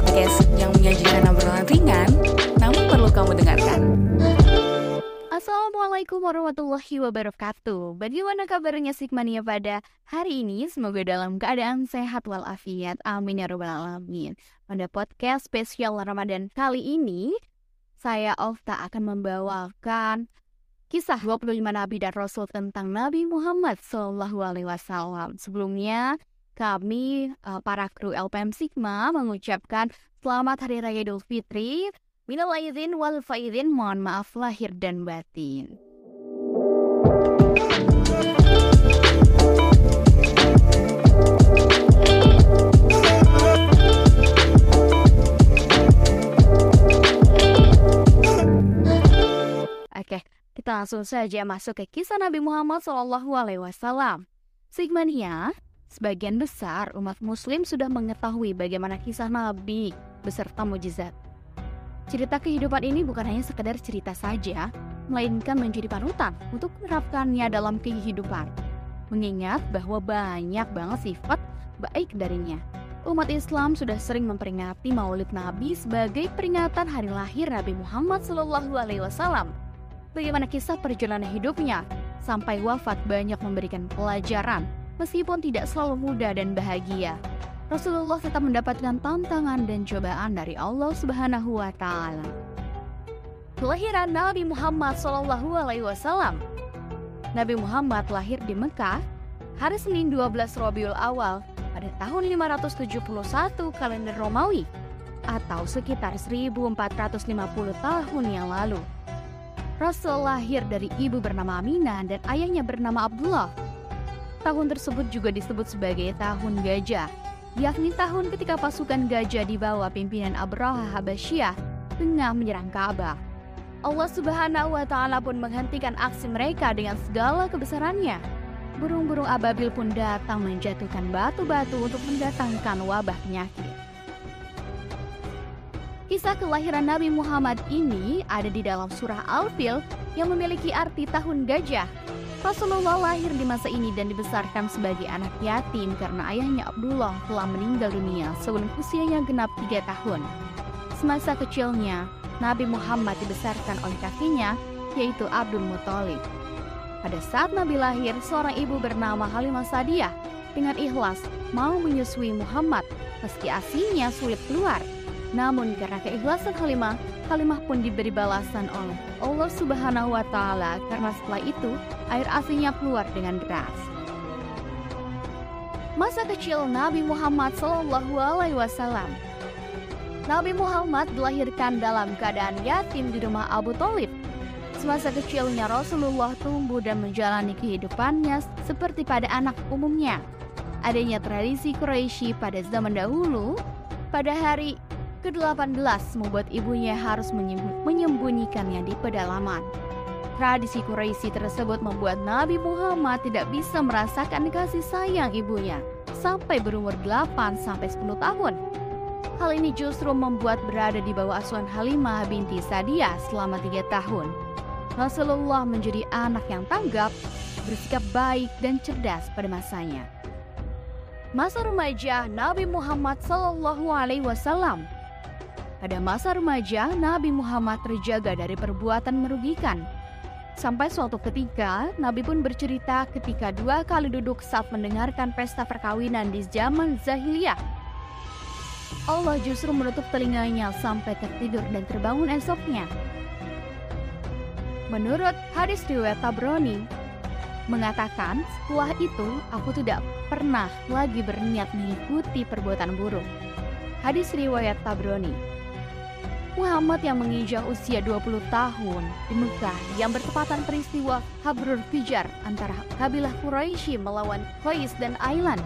podcast yang menyajikan obrolan ringan, namun perlu kamu dengarkan. Assalamualaikum warahmatullahi wabarakatuh. Bagaimana kabarnya Sigmania pada hari ini? Semoga dalam keadaan sehat walafiat. Amin ya rabbal alamin. Pada podcast spesial Ramadan kali ini, saya Ofta akan membawakan kisah 25 Nabi dan Rasul tentang Nabi Muhammad SAW. Sebelumnya, kami para kru LPM Sigma mengucapkan selamat Hari Raya Idul Fitri. Minal aidin wal faidin, mohon maaf lahir dan batin. Oke, kita langsung saja masuk ke kisah Nabi Muhammad SAW. Sigmania, sebagian besar umat muslim sudah mengetahui bagaimana kisah Nabi beserta mukjizat. Cerita kehidupan ini bukan hanya sekedar cerita saja, melainkan menjadi panutan untuk menerapkannya dalam kehidupan. Mengingat bahwa banyak banget sifat baik darinya. Umat Islam sudah sering memperingati Maulid Nabi sebagai peringatan hari lahir Nabi Muhammad SAW. Bagaimana kisah perjalanan hidupnya sampai wafat banyak memberikan pelajaran, meskipun tidak selalu mudah dan bahagia. Rasulullah tetap mendapatkan tantangan dan cobaan dari Allah Subhanahu wa Ta'ala. Kelahiran Nabi Muhammad SAW. Nabi Muhammad lahir di Mekah hari Senin 12 Rabiul Awal pada tahun 571 kalender Romawi atau sekitar 1450 tahun yang lalu. Rasul lahir dari ibu bernama Aminah dan ayahnya bernama Abdullah. Tahun tersebut juga disebut sebagai tahun gajah, yakni tahun ketika pasukan gajah di bawah pimpinan Abraha Habasyah tengah menyerang Ka'bah. Allah Subhanahu wa Ta'ala pun menghentikan aksi mereka dengan segala kebesarannya. Burung-burung ababil pun datang menjatuhkan batu-batu untuk mendatangkan wabah penyakit. Kisah kelahiran Nabi Muhammad ini ada di dalam surah Al-Fil yang memiliki arti tahun gajah. Rasulullah lahir di masa ini dan dibesarkan sebagai anak yatim karena ayahnya Abdullah telah meninggal dunia sebelum usianya genap 3 tahun. Semasa kecilnya, Nabi Muhammad dibesarkan oleh kakeknya, yaitu Abdul Muthalib. Pada saat Nabi lahir, seorang ibu bernama Halimah Sa'diyah dengan ikhlas mau menyusui Muhammad meski ASINYA sulit keluar. Namun karena keikhlasan Halimah pun diberi balasan oleh Allah Subhanahu wa Ta'ala karena setelah itu air ASINYA keluar dengan deras. Masa kecil Nabi Muhammad SAW. Nabi Muhammad dilahirkan dalam keadaan yatim di rumah Abu Thalib. Semasa kecilnya Rasulullah tumbuh dan menjalani kehidupannya seperti pada anak umumnya. Adanya tradisi Quraisy pada zaman dahulu, pada hari ke-18 membuat ibunya harus menyembunyikannya di pedalaman. Tradisi Quraisy tersebut membuat Nabi Muhammad tidak bisa merasakan kasih sayang ibunya sampai berumur 8-10 tahun. Hal ini justru membuat berada di bawah asuhan Halimah binti Sa'diyah selama 3 tahun. Rasulullah menjadi anak yang tanggap, bersikap baik dan cerdas pada masanya. Masa remaja Nabi Muhammad SAW. Pada masa remaja, Nabi Muhammad terjaga dari perbuatan merugikan. Sampai suatu ketika, Nabi pun bercerita ketika 2 kali duduk saat mendengarkan pesta perkawinan di zaman Zahiliyah. Allah justru menutup telinganya sampai tertidur dan terbangun esoknya. Menurut hadis riwayat Tabrani, mengatakan, setelah itu aku tidak pernah lagi berniat mengikuti perbuatan buruk. Hadis riwayat Tabrani. Muhammad yang menginjak usia 20 tahun di Mekah yang bertepatan peristiwa Habrul Fijar antara kabilah Quraisy melawan Qais dan Ailan.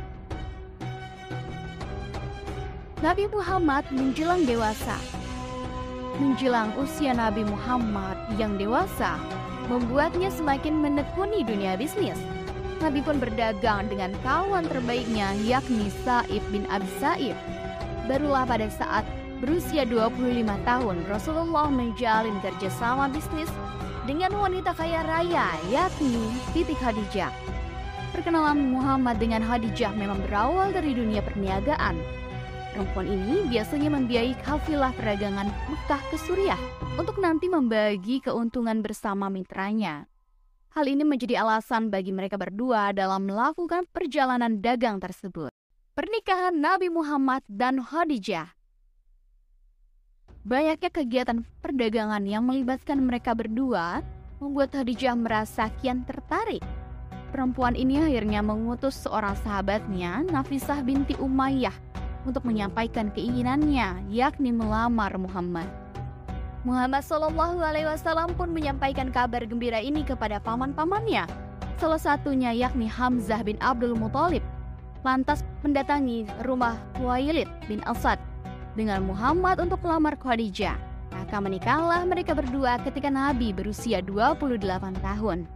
Nabi Muhammad menjelang dewasa. Menjelang usia Nabi Muhammad yang dewasa membuatnya semakin menekuni dunia bisnis. Nabi pun berdagang dengan kawan terbaiknya yakni Sa'ib bin Abi Sa'ib. Barulah pada saat berusia 25 tahun, Rasulullah menjalin kerjasama bisnis dengan wanita kaya raya, yakni Siti Khadijah. Perkenalan Muhammad dengan Khadijah memang berawal dari dunia perniagaan. Perempuan ini biasanya membiayai kafilah perdagangan Mekah ke Suriah untuk nanti membagi keuntungan bersama mitranya. Hal ini menjadi alasan bagi mereka berdua dalam melakukan perjalanan dagang tersebut. Pernikahan Nabi Muhammad dan Khadijah. Banyaknya kegiatan perdagangan yang melibatkan mereka berdua membuat Khadijah merasa kian tertarik. Perempuan ini akhirnya mengutus seorang sahabatnya, Nafisah binti Umayyah, untuk menyampaikan keinginannya, yakni melamar Muhammad. Muhammad SAW pun menyampaikan kabar gembira ini kepada paman-pamannya. Salah satunya yakni Hamzah bin Abdul Muthalib, lantas mendatangi rumah Khuwailid bin Asad dengan Muhammad untuk melamar Khadijah. Maka menikahlah mereka berdua ketika Nabi berusia 28 tahun.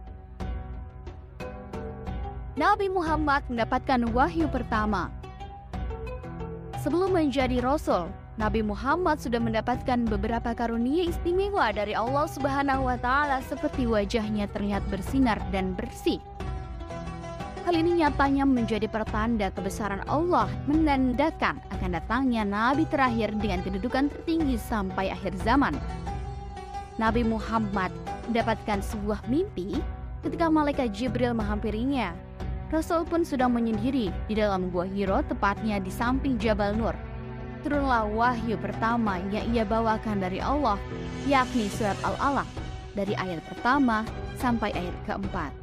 Nabi Muhammad mendapatkan wahyu pertama. Sebelum menjadi Rasul, Nabi Muhammad sudah mendapatkan beberapa karunia istimewa dari Allah Subhanahu wa Ta'ala, seperti wajahnya terlihat bersinar dan bersih. Hal ini nyatanya menjadi pertanda kebesaran Allah, menandakan akan datangnya Nabi terakhir dengan kedudukan tertinggi sampai akhir zaman. Nabi Muhammad mendapatkan sebuah mimpi ketika malaikat Jibril menghampirinya. Rasul pun sudah menyendiri di dalam gua Hiro, tepatnya di samping Jabal Nur. Turunlah wahyu pertama yang ia bawakan dari Allah, yakni surat Al-Alaq, dari ayat pertama sampai ayat keempat.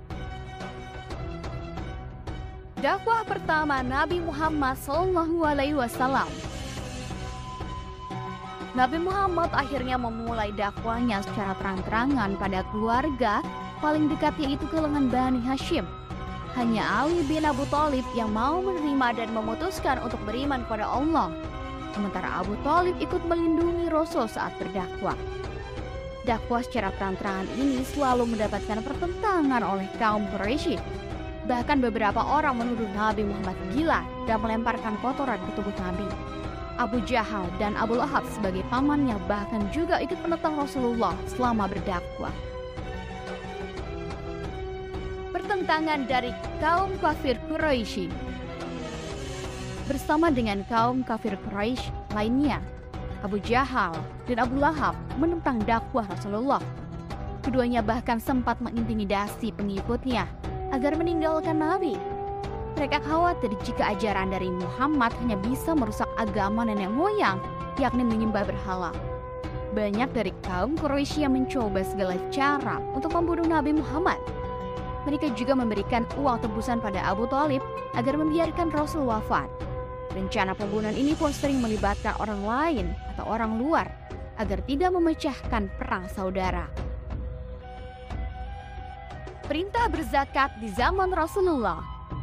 Dakwah pertama Nabi Muhammad SAW. Nabi Muhammad akhirnya memulai dakwahnya secara terang-terangan pada keluarga paling dekat, yaitu kalangan Bani Hashim. Hanya Ali bin Abu Thalib yang mau menerima dan memutuskan untuk beriman kepada Allah. Sementara Abu Thalib ikut melindungi Rasul saat berdakwah. Dakwah secara terang-terangan ini selalu mendapatkan pertentangan oleh kaum Quraisy. Bahkan beberapa orang menuduh Nabi Muhammad gila dan melemparkan kotoran ke tubuh Nabi. Abu Jahal dan Abu Lahab sebagai pamannya bahkan juga ikut menentang Rasulullah selama berdakwah. Pertentangan dari kaum kafir Quraisy bersama dengan kaum kafir Quraisy lainnya, Abu Jahal dan Abu Lahab menentang dakwah Rasulullah. Keduanya bahkan sempat mengintimidasi pengikutnya agar meninggalkan Nabi. Mereka khawatir jika ajaran dari Muhammad hanya bisa merusak agama nenek moyang, yakni menyembah berhala. Banyak dari kaum Quraisy yang mencoba segala cara untuk membunuh Nabi Muhammad. Mereka juga memberikan uang tebusan pada Abu Thalib agar membiarkan Rasul wafat. Rencana pembunuhan ini pun sering melibatkan orang lain atau orang luar agar tidak memecahkan perang saudara. Perintah berzakat di zaman Rasulullah.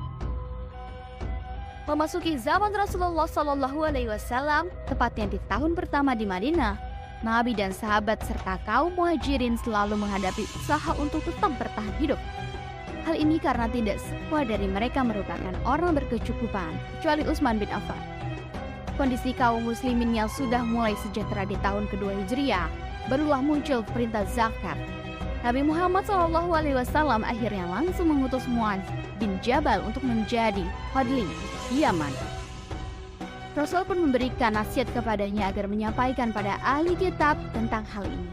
Memasuki zaman Rasulullah SAW, tepatnya di tahun pertama di Madinah, Nabi dan sahabat serta kaum muhajirin selalu menghadapi usaha untuk tetap bertahan hidup. Hal ini karena tidak semua dari mereka merupakan orang berkecukupan, kecuali Utsman bin Affan. Kondisi kaum muslimin yang sudah mulai sejahtera di tahun kedua Hijriah, barulah muncul perintah zakat. Nabi Muhammad SAW akhirnya langsung mengutus Muadz bin Jabal untuk menjadi Fadli di Yaman. Rasul pun memberikan nasihat kepadanya agar menyampaikan pada ahli kitab tentang hal ini.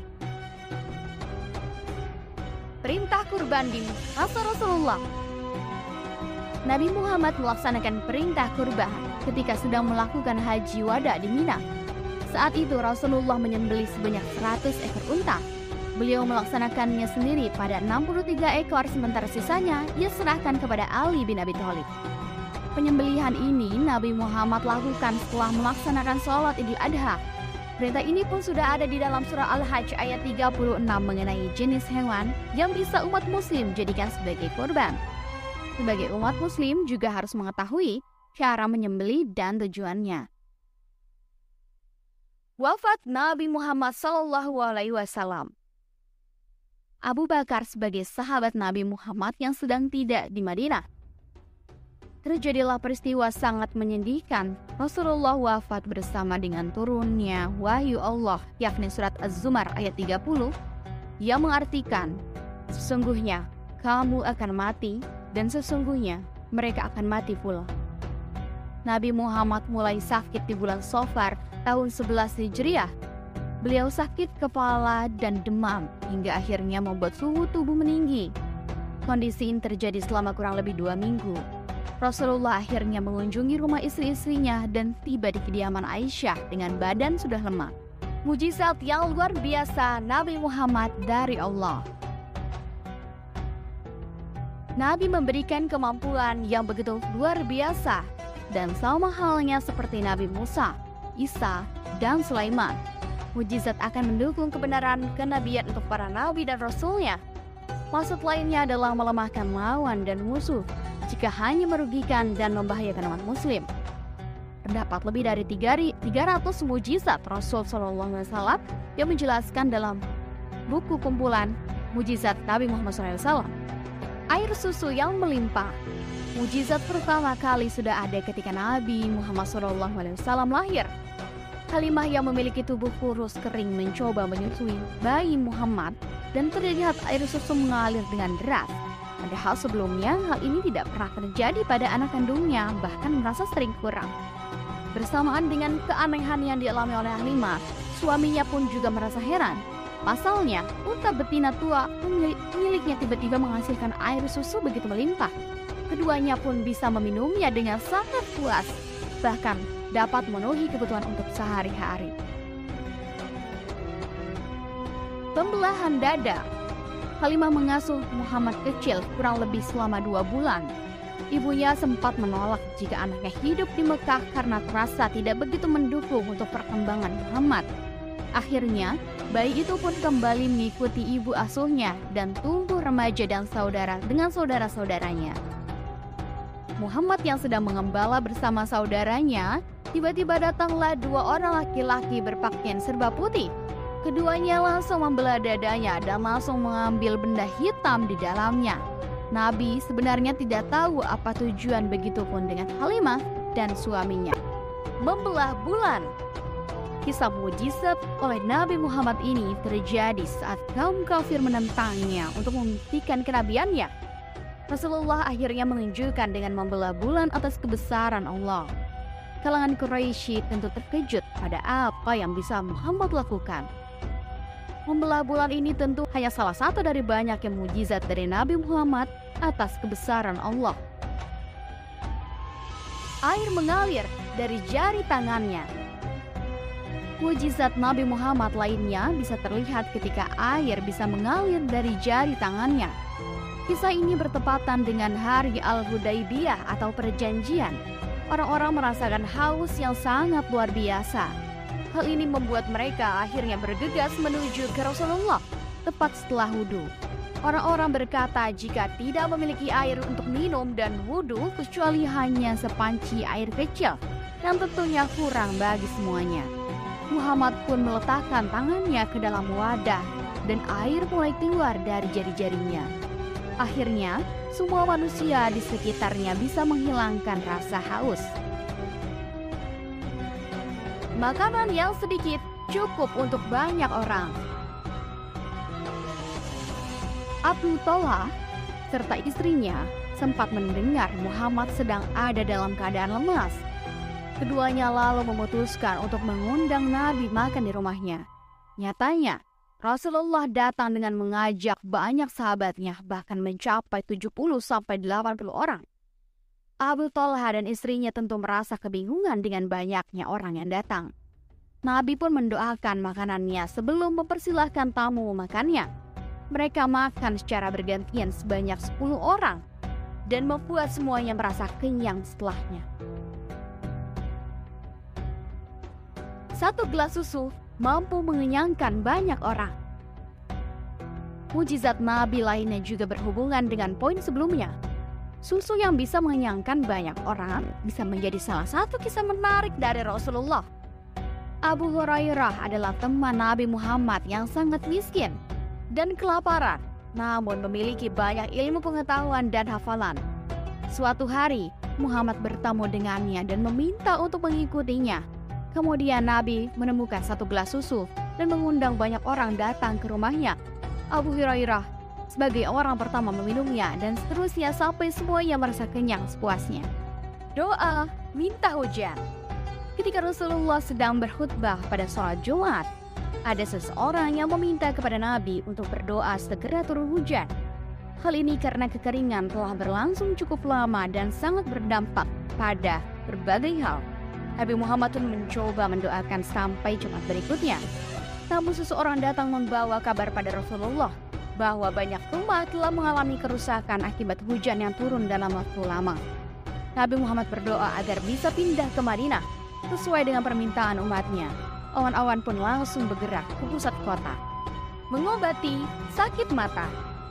Perintah kurban di masa Rasulullah. Nabi Muhammad melaksanakan perintah kurban ketika sedang melakukan haji wada di Mina. Saat itu Rasulullah menyembelih sebanyak 100 ekor unta. Beliau melaksanakannya sendiri pada 63 ekor, sementara sisanya ia serahkan kepada Ali bin Abi Thalib. Penyembelihan ini Nabi Muhammad lakukan setelah melaksanakan sholat Idul Adha. Perintah ini pun sudah ada di dalam surah Al-Hajj ayat 36 mengenai jenis hewan yang bisa umat muslim jadikan sebagai kurban. Sebagai umat muslim juga harus mengetahui cara menyembelih dan tujuannya. Wafat Nabi Muhammad SAW. Abu Bakar sebagai sahabat Nabi Muhammad yang sedang tidak di Madinah. Terjadilah peristiwa sangat menyedihkan. Rasulullah wafat bersama dengan turunnya wahyu Allah, yakni surat Az-Zumar ayat 30, yang mengartikan, sesungguhnya kamu akan mati dan sesungguhnya mereka akan mati pula. Nabi Muhammad mulai sakit di bulan Safar tahun 11 Hijriah. Beliau sakit kepala dan demam hingga akhirnya membuat suhu tubuh meninggi. Kondisi ini terjadi selama kurang lebih 2 minggu. Rasulullah akhirnya mengunjungi rumah istri-istrinya dan tiba di kediaman Aisyah dengan badan sudah lemah. Mujizat yang luar biasa Nabi Muhammad dari Allah. Nabi memberikan kemampuan yang begitu luar biasa dan sama halnya seperti Nabi Musa, Isa, dan Sulaiman. Mujizat akan mendukung kebenaran kenabian untuk para nabi dan rasulnya. Maksud lainnya adalah melemahkan lawan dan musuh jika hanya merugikan dan membahayakan umat muslim. Terdapat lebih dari 300 mujizat Rasul SAW yang menjelaskan dalam buku kumpulan Mujizat Nabi Muhammad SAW. Air susu yang melimpah. Mujizat pertama kali sudah ada ketika Nabi Muhammad SAW lahir. Halimah yang memiliki tubuh kurus kering mencoba menyusui bayi Muhammad dan terlihat air susu mengalir dengan deras. Padahal sebelumnya hal ini tidak pernah terjadi pada anak kandungnya, bahkan merasa sering kurang. Bersamaan dengan keanehan yang dialami oleh Halimah, suaminya pun juga merasa heran. Pasalnya, unta betina tua pemiliknya tiba-tiba menghasilkan air susu begitu melimpah. Keduanya pun bisa meminumnya dengan sangat puas, bahkan dapat memenuhi kebutuhan untuk sehari-hari. Pembelahan dada. Halimah mengasuh Muhammad kecil kurang lebih selama 2 bulan. Ibunya sempat menolak jika anaknya hidup di Mekah karena terasa tidak begitu mendukung untuk perkembangan Muhammad. Akhirnya, bayi itu pun kembali mengikuti ibu asuhnya dan tumbuh remaja dan saudara dengan saudara-saudaranya. Muhammad yang sedang mengembala bersama saudaranya, tiba-tiba datanglah 2 orang laki-laki berpakaian serba putih. Keduanya langsung membelah dadanya dan langsung mengambil benda hitam di dalamnya. Nabi sebenarnya tidak tahu apa tujuan, begitupun dengan Halimah dan suaminya. Membelah bulan. Kisah mujizat oleh Nabi Muhammad ini terjadi saat kaum kafir menentangnya untuk membuktikan kenabiannya. Rasulullah akhirnya menunjukkan dengan membelah bulan atas kebesaran Allah. Kalangan Quraisy tentu terkejut pada apa yang bisa Muhammad lakukan. Membelah bulan ini tentu hanya salah satu dari banyak yang mujizat dari Nabi Muhammad atas kebesaran Allah. Air mengalir dari jari tangannya. Mujizat Nabi Muhammad lainnya bisa terlihat ketika air bisa mengalir dari jari tangannya. Kisah ini bertepatan dengan hari Al-Hudaybiyah atau perjanjian. Orang-orang merasakan haus yang sangat luar biasa. Hal ini membuat mereka akhirnya bergegas menuju ke Rasulullah tepat setelah wudhu. Orang-orang berkata jika tidak memiliki air untuk minum dan wudhu kecuali hanya sepanci air kecil yang tentunya kurang bagi semuanya. Muhammad pun meletakkan tangannya ke dalam wadah dan air mulai keluar dari jari-jarinya. Akhirnya, semua manusia di sekitarnya bisa menghilangkan rasa haus. Makanan yang sedikit cukup untuk banyak orang. Abu Talha serta istrinya sempat mendengar Muhammad sedang ada dalam keadaan lemas. Keduanya lalu memutuskan untuk mengundang Nabi makan di rumahnya. Nyatanya, Rasulullah datang dengan mengajak banyak sahabatnya, bahkan mencapai 70-80 orang. Abu Talha dan istrinya tentu merasa kebingungan dengan banyaknya orang yang datang. Nabi pun mendoakan makanannya sebelum mempersilahkan tamu memakannya. Mereka makan secara bergantian sebanyak 10 orang dan membuat semuanya merasa kenyang setelahnya. 1 gelas susu mampu mengenyangkan banyak orang. Mujizat Nabi lainnya juga berhubungan dengan poin sebelumnya. Susu yang bisa mengenyangkan banyak orang bisa menjadi salah satu kisah menarik dari Rasulullah. Abu Hurairah adalah teman Nabi Muhammad yang sangat miskin dan kelaparan, namun memiliki banyak ilmu pengetahuan dan hafalan. Suatu hari, Muhammad bertemu dengannya dan meminta untuk mengikutinya. Kemudian Nabi menemukan 1 gelas susu dan mengundang banyak orang datang ke rumahnya. Abu Hurairah sebagai orang pertama meminumnya dan seterusnya sampai semuanya merasa kenyang sepuasnya. Doa minta hujan. Ketika Rasulullah sedang berkhutbah pada sholat Jumat, ada seseorang yang meminta kepada Nabi untuk berdoa segera turun hujan. Hal ini karena kekeringan telah berlangsung cukup lama dan sangat berdampak pada berbagai hal. Nabi Muhammad pun mencoba mendoakan sampai Jumat berikutnya. Namun seseorang datang membawa kabar pada Rasulullah bahwa banyak rumah telah mengalami kerusakan akibat hujan yang turun dalam waktu lama. Nabi Muhammad berdoa agar bisa pindah ke Madinah sesuai dengan permintaan umatnya. Awan-awan pun langsung bergerak ke pusat kota, mengobati sakit mata.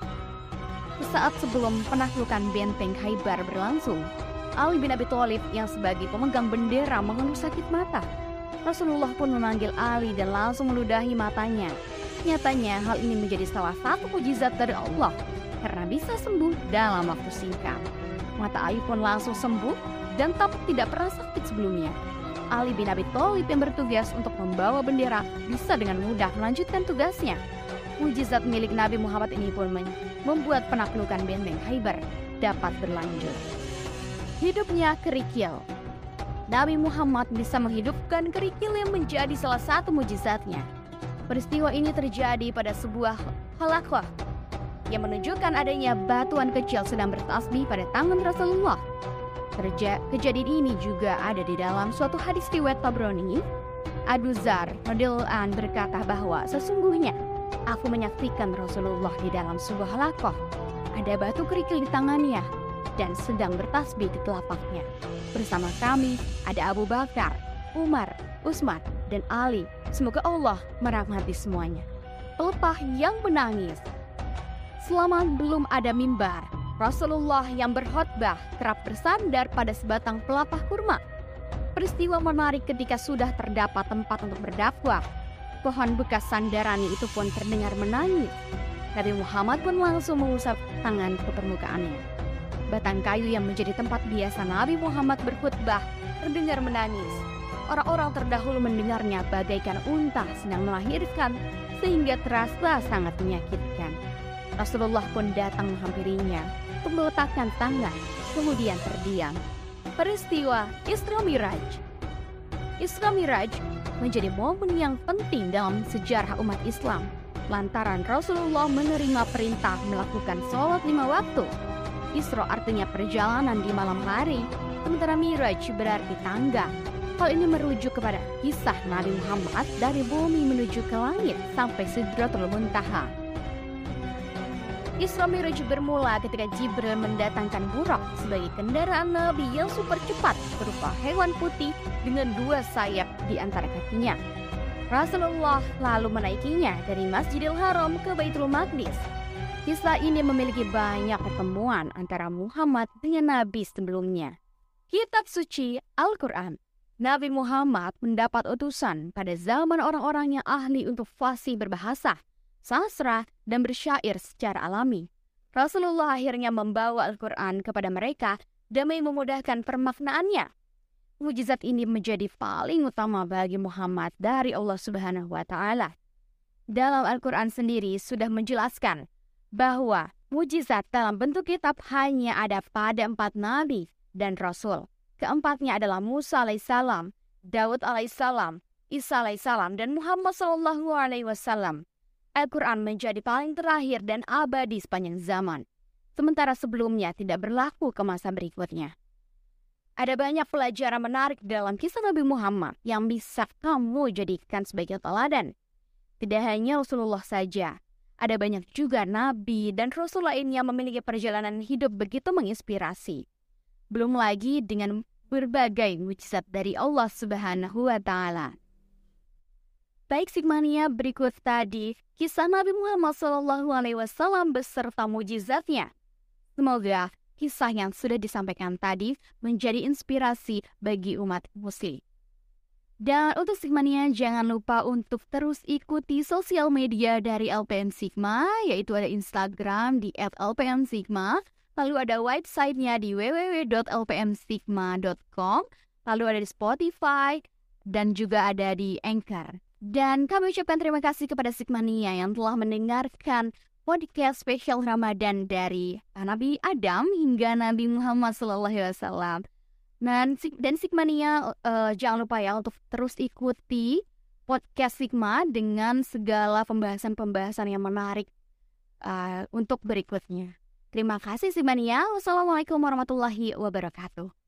Sesaat sebelum penaklukan benteng Khaybar berlangsung, Ali bin Abi Thalib yang sebagai pemegang bendera mengeluh sakit mata. Rasulullah pun memanggil Ali dan langsung meludahi matanya. Nyatanya hal ini menjadi salah satu mukjizat dari Allah karena bisa sembuh dalam waktu singkat. Mata Ali pun langsung sembuh dan tampak tidak pernah sakit sebelumnya. Ali bin Abi Thalib yang bertugas untuk membawa bendera bisa dengan mudah melanjutkan tugasnya. Mukjizat milik Nabi Muhammad ini pun membuat penaklukan benteng Khaybar dapat berlanjut. Hidupnya kerikil. Nabi Muhammad bisa menghidupkan kerikil yang menjadi salah satu mukjizatnya. Peristiwa ini terjadi pada sebuah halaqah yang menunjukkan adanya batuan kecil sedang bertasbih pada tangan Rasulullah. Kejadian ini juga ada di dalam suatu hadis riwayat Tabrani. Abu Dzar radhiyallahu anhu berkata bahwa sesungguhnya aku menyaksikan Rasulullah di dalam sebuah halaqah. Ada batu kerikil di tangannya dan sedang bertasbih di telapaknya. Bersama kami ada Abu Bakar, Umar, Utsman, dan Ali. Semoga Allah merahmati semuanya. Pelepah yang menangis. Selama belum ada mimbar, Rasulullah yang berkhutbah kerap bersandar pada sebatang pelepah kurma. Peristiwa menarik ketika sudah terdapat tempat untuk berdakwah. Pohon bekas sandaran itu pun terdengar menangis. Nabi Muhammad pun langsung mengusap tangan ke permukaannya. Batang kayu yang menjadi tempat biasa Nabi Muhammad berkhutbah terdengar menangis. Orang-orang terdahulu mendengarnya bagaikan unta sedang melahirkan, sehingga terasa sangat menyakitkan. Rasulullah pun datang menghampirinya untuk meletakkan tangan, kemudian terdiam. Peristiwa Isra Miraj. Isra Miraj menjadi momen yang penting dalam sejarah umat Islam, lantaran Rasulullah menerima perintah melakukan sholat 5 waktu. Isra artinya perjalanan di malam hari, sementara Miraj berarti tangga. Hal ini merujuk kepada kisah Nabi Muhammad dari bumi menuju ke langit sampai Sidratul Muntaha. Isra Miraj bermula ketika Jibril mendatangkan Burak sebagai kendaraan Nabi yang super cepat berupa hewan putih dengan 2 sayap di antara kakinya. Rasulullah lalu menaikinya dari Masjidil Haram ke Baitul Maqdis. Kisah ini memiliki banyak pertemuan antara Muhammad dengan Nabi sebelumnya. Kitab suci Al-Quran. Nabi Muhammad mendapat utusan pada zaman orang-orang yang ahli untuk fasih berbahasa, sastra, dan bersyair secara alami. Rasulullah akhirnya membawa Al-Quran kepada mereka demi memudahkan permaknaannya. Mukjizat ini menjadi paling utama bagi Muhammad dari Allah Subhanahu wa Ta'ala. Dalam Al-Quran sendiri sudah menjelaskan bahwa mukjizat dalam bentuk kitab hanya ada pada 4 nabi dan rasul. Keempatnya adalah Musa alaihissalam, Daud alaihissalam, Isa alaihissalam, dan Muhammad SAW. Al-Quran menjadi paling terakhir dan abadi sepanjang zaman, sementara sebelumnya tidak berlaku ke masa berikutnya. Ada banyak pelajaran menarik dalam kisah Nabi Muhammad yang bisa kamu jadikan sebagai teladan. Tidak hanya Rasulullah saja, ada banyak juga nabi dan rasul lain yang memiliki perjalanan hidup begitu menginspirasi. Belum lagi dengan berbagai mukjizat dari Allah Subhanahu wa Ta'ala. Baik Sigmania, berikut tadi kisah Nabi Muhammad SAW beserta mukjizatnya. Semoga kisah yang sudah disampaikan tadi menjadi inspirasi bagi umat muslim. Dan untuk Sigmania, jangan lupa untuk terus ikuti sosial media dari LPM Sigma, yaitu ada Instagram di @lpmsigma, lalu ada websitenya di www.lpmsigma.com, lalu ada di Spotify, dan juga ada di Anchor. Dan kami ucapkan terima kasih kepada Sigmania yang telah mendengarkan podcast spesial Ramadan dari Nabi Adam hingga Nabi Muhammad SAW. Dan Sigmania, jangan lupa ya untuk terus ikuti podcast Sigma dengan segala pembahasan-pembahasan yang menarik untuk berikutnya. Terima kasih Sigmania. Wassalamualaikum warahmatullahi wabarakatuh.